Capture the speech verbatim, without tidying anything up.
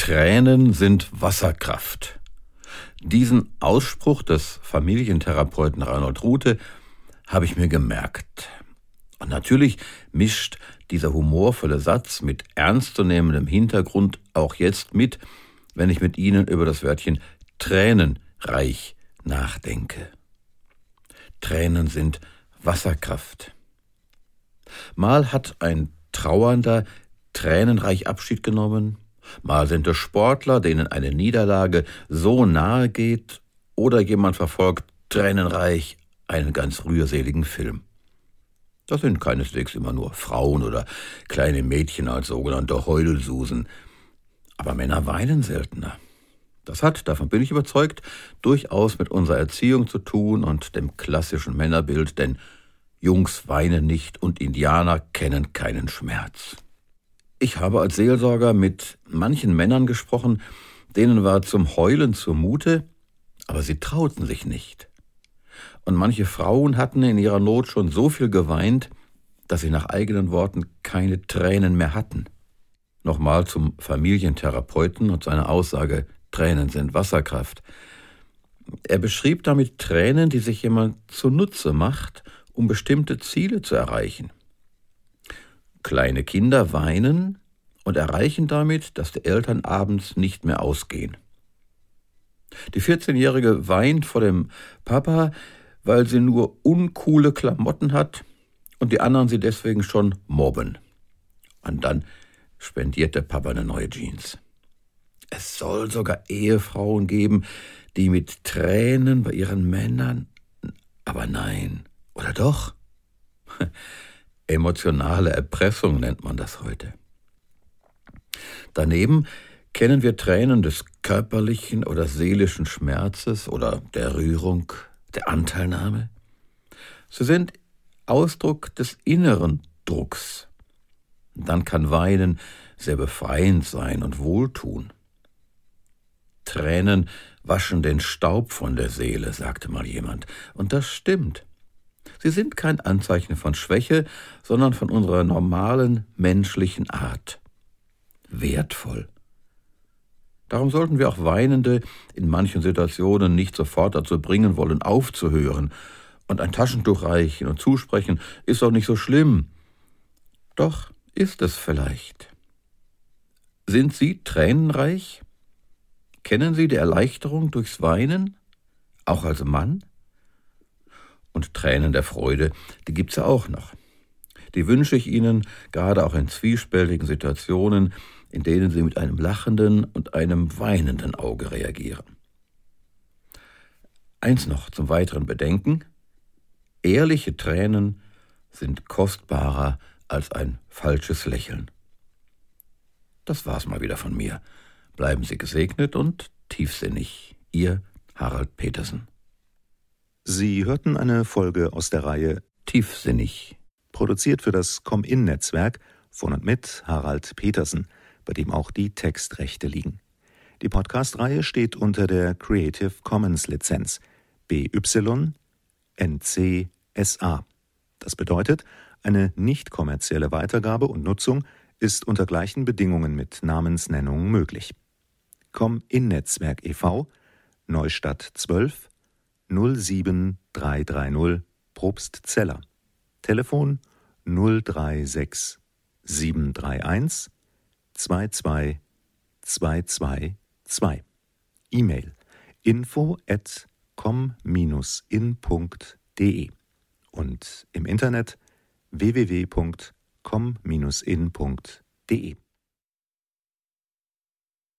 Tränen sind Wasserkraft. Diesen Ausspruch des Familientherapeuten Reinhold Ruthe habe ich mir gemerkt. Und natürlich mischt dieser humorvolle Satz mit ernstzunehmendem Hintergrund auch jetzt mit, wenn ich mit Ihnen über das Wörtchen tränenreich nachdenke. Tränen sind Wasserkraft. Mal hat ein Trauernder tränenreich Abschied genommen, mal sind es Sportler, denen eine Niederlage so nahe geht, oder jemand verfolgt tränenreich einen ganz rührseligen Film. Das sind keineswegs immer nur Frauen oder kleine Mädchen als sogenannte Heulsusen. Aber Männer weinen seltener. Das hat, davon bin ich überzeugt, durchaus mit unserer Erziehung zu tun und dem klassischen Männerbild, denn Jungs weinen nicht und Indianer kennen keinen Schmerz. Ich habe als Seelsorger mit manchen Männern gesprochen, denen war zum Heulen zumute, aber sie trauten sich nicht. Und manche Frauen hatten in ihrer Not schon so viel geweint, dass sie nach eigenen Worten keine Tränen mehr hatten. Nochmal zum Familientherapeuten und seiner Aussage, Tränen sind Wasserkraft. Er beschrieb damit Tränen, die sich jemand zunutze macht, um bestimmte Ziele zu erreichen. Kleine Kinder weinen und erreichen damit, dass die Eltern abends nicht mehr ausgehen. Die vierzehnjährige weint vor dem Papa, weil sie nur uncoole Klamotten hat und die anderen sie deswegen schon mobben. Und dann spendiert der Papa eine neue Jeans. Es soll sogar Ehefrauen geben, die mit Tränen bei ihren Männern, aber nein, oder doch? Emotionale Erpressung nennt man das heute. Daneben kennen wir Tränen des körperlichen oder seelischen Schmerzes oder der Rührung, der Anteilnahme. Sie sind Ausdruck des inneren Drucks. Dann kann Weinen sehr befreiend sein und wohltun. Tränen waschen den Staub von der Seele, sagte mal jemand. Und das stimmt. Sie sind kein Anzeichen von Schwäche, sondern von unserer normalen menschlichen Art. Wertvoll. Darum sollten wir auch Weinende in manchen Situationen nicht sofort dazu bringen wollen, aufzuhören. Und ein Taschentuch reichen und zusprechen, ist doch nicht so schlimm. Doch ist es vielleicht. Sind Sie tränenreich? Kennen Sie die Erleichterung durchs Weinen, auch als Mann? Und Tränen der Freude, die gibt's ja auch noch. Die wünsche ich Ihnen, gerade auch in zwiespältigen Situationen, in denen Sie mit einem lachenden und einem weinenden Auge reagieren. Eins noch zum weiteren Bedenken: Ehrliche Tränen sind kostbarer als ein falsches Lächeln. Das war's mal wieder von mir. Bleiben Sie gesegnet und tiefsinnig. Ihr Harald Petersen. Sie hörten eine Folge aus der Reihe Tiefsinnig, produziert für das Com-In-Netzwerk von und mit Harald Petersen, bei dem auch die Textrechte liegen. Die Podcast-Reihe steht unter der Creative Commons Lizenz B Y N C S A. Das bedeutet, eine nicht kommerzielle Weitergabe und Nutzung ist unter gleichen Bedingungen mit Namensnennung möglich. Com-In-Netzwerk e V, Neustadt zwölf, null sieben drei drei null, Probstzeller. Telefon null drei sechs sieben drei eins zwei zwei zwei zwei zwei. E-Mail info at com dash in punkt de und im Internet w w w punkt com dash in punkt de.